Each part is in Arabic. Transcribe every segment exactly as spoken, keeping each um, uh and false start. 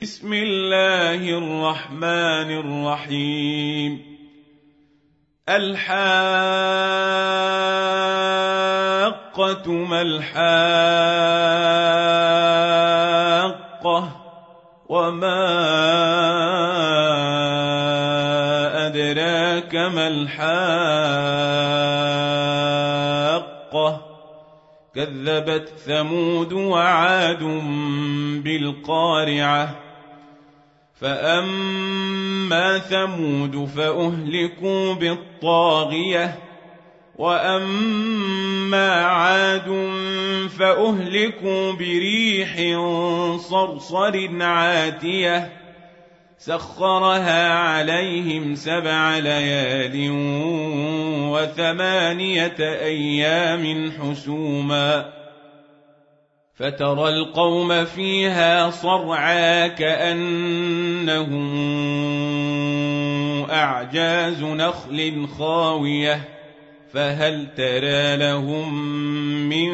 بسم الله الرحمن الرحيم. الحاقة ما الحاقة وما أدراك ما الحاقة كذبت ثمود وعاد بالقارعة فأما ثمود فأهلكوا بالطاغية وأما عاد فأهلكوا بريح صرصر عاتية سخرها عليهم سبع ليال وثمانية أيام حسوما فترى القوم فيها صرعى كأنهم أعجاز نخل خاوية فهل ترى لهم من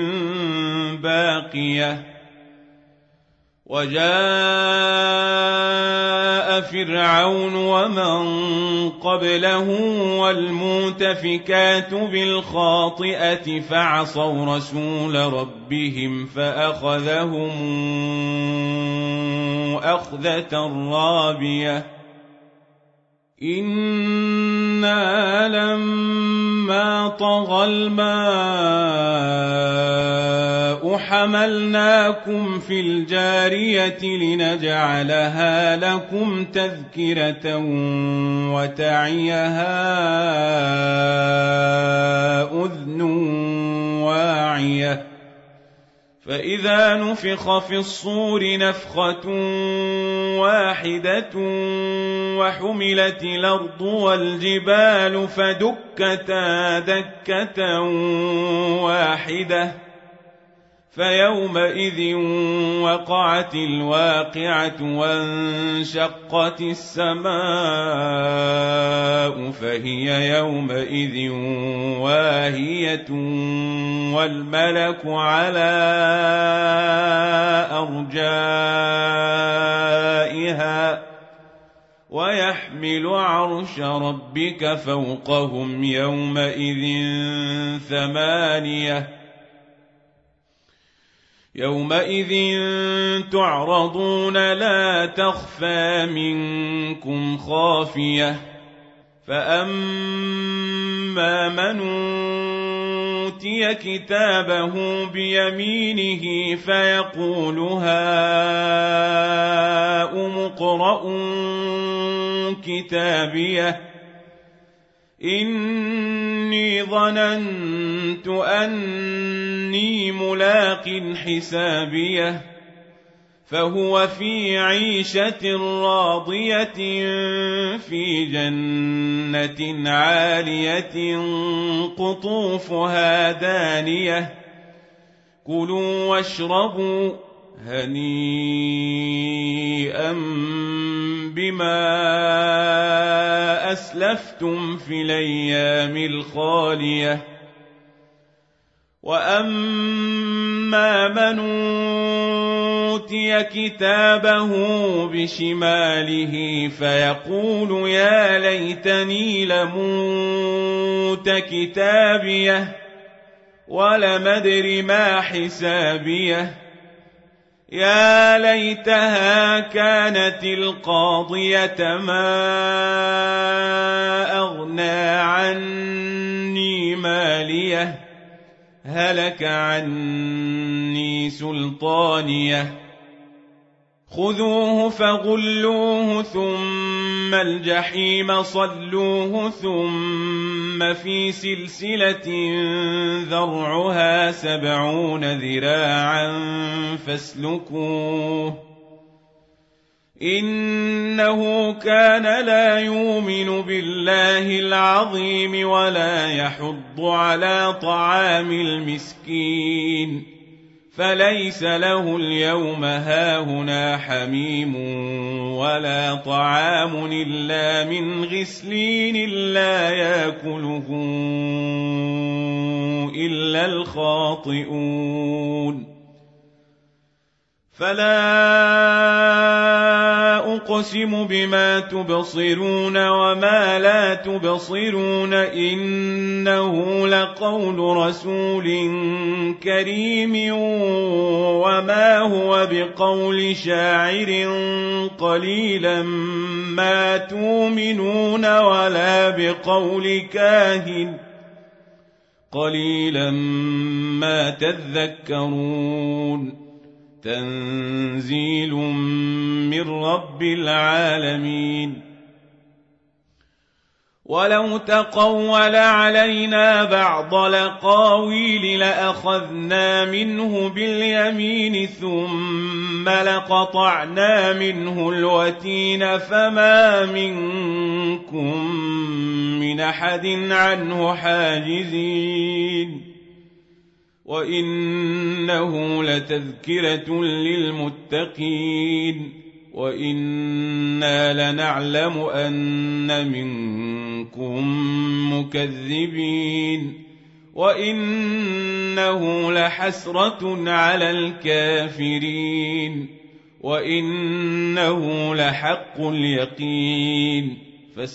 باقية وجاء فرعون ومن قبله والمؤتفكات بالخاطئة فعصوا رسول ربهم فأخذهم أخذة رابية إنا لما طغى الماء حملناكم في الجارية لنجعلها لكم تذكرة وتعيها أذن واعية فإذا نفخ في الصور نفخة واحدة وحملت الأرض والجبال فدكتا دكة واحدة فيومئذ وقعت الواقعة وانشقت السماء فهي يومئذ واهية والملك على أرجائها ويحمل عرش ربك فوقهم يومئذ ثمانية يومئذ تعرضون لا تخفى منكم خافية فأما من أوتي كتابه بيمينه فيقول هاؤم اقرءوا كتابيه إني ظننت أني ملاق حسابيه فهو في عيشة راضية في جنة عالية قطوفها دانية كلوا واشربوا هنيئا بما أسلفتم في الأيام الخالية وأما من أوتي كتابه بشماله فيقول يا ليتني لموت كتابيه ولم أدر ما حسابيه يا ليتها كانت القاضية ما أغنى عني ماليه هلك عني سلطانيه خذوه فغلوه ثم الجحيم صلوه ثم في سلسلة ذرعها سبعون ذراعا فاسلكوه إنه كان لا يؤمن بالله العظيم ولا يحض على طعام المسكين فليس له اليوم هاهنا حميم ولا طعام إلا من غسلين لا يأكله إلا الخاطئون فلا أقسم بما تبصرون وما لا تبصرون إنه لقول رسول كريم وما هو بقول شاعر قليلا ما تؤمنون ولا بقول كاهن قليلا ما تذكرون تنزيل من رب العالمين ولو تقول علينا بعض الأقاويل لأخذنا منه باليمين ثم لقطعنا منه الوتين فما منكم من أحد عنه حاجزين وإنه لتذكرة للمتقين وإنا لنعلم أن منكم مكذبين وإنه لحسرة على الكافرين وإنه لحق اليقين